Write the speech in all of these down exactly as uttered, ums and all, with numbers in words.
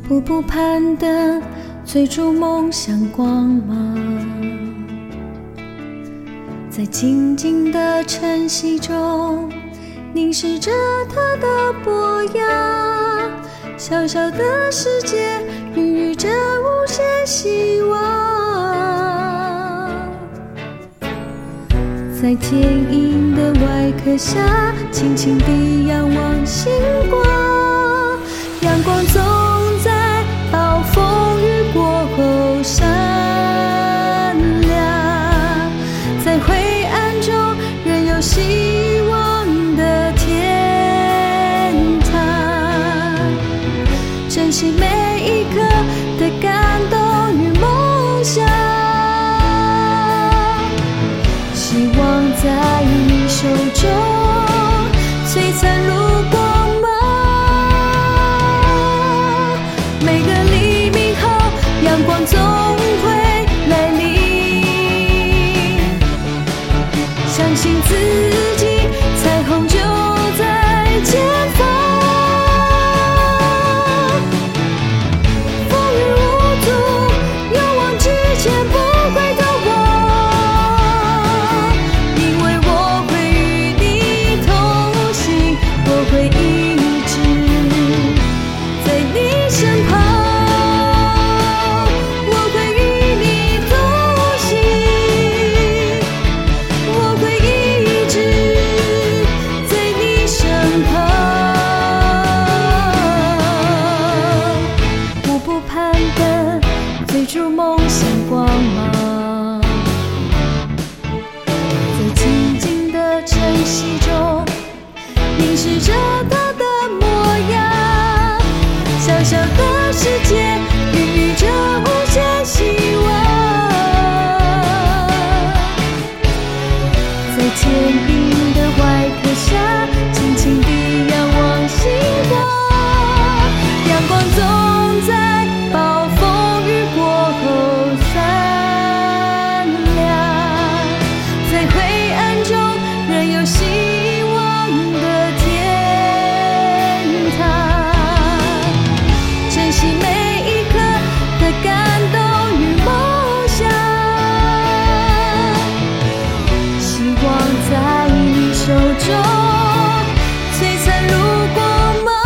步步攀登，追逐梦想光芒。在静静的晨曦中，凝视着他的模样。小小的世界，孕育着无限希望。在坚硬的外壳下，轻轻地仰望星光。阳光总在暴风雨过后闪亮，在灰暗中仍有希望的天堂。珍惜每一刻的感动与梦想，希望在你手中璀璨如光芒。每个黎明后，阳光总会来临。相信自己，彩虹就在前方。风雨无阻，勇往直前，不回头望。因为我会与你同行，我会一直在你身旁。我会与你同行，我会一直在你身旁。步步攀登，追逐梦想光芒。在静静的晨曦中，凝视着他的模样。小小的世界，孕育着无限希望。在坚硬的外壳下，轻轻地仰望星光。阳光总在暴风雨过后闪亮，在灰暗中仍有希望的天堂。珍惜每一刻的感动与梦想，希望在你手中璀璨如光芒。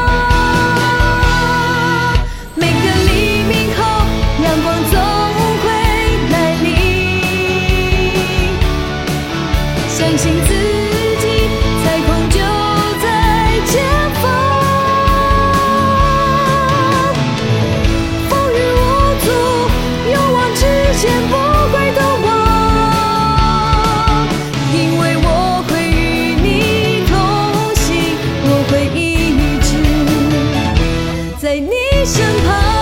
每个黎明后，阳光总会来临。相信自己，彩虹就在前方。风雨无阻，勇往直前，不回头望。因为我会与你同行，我会一直在你身旁。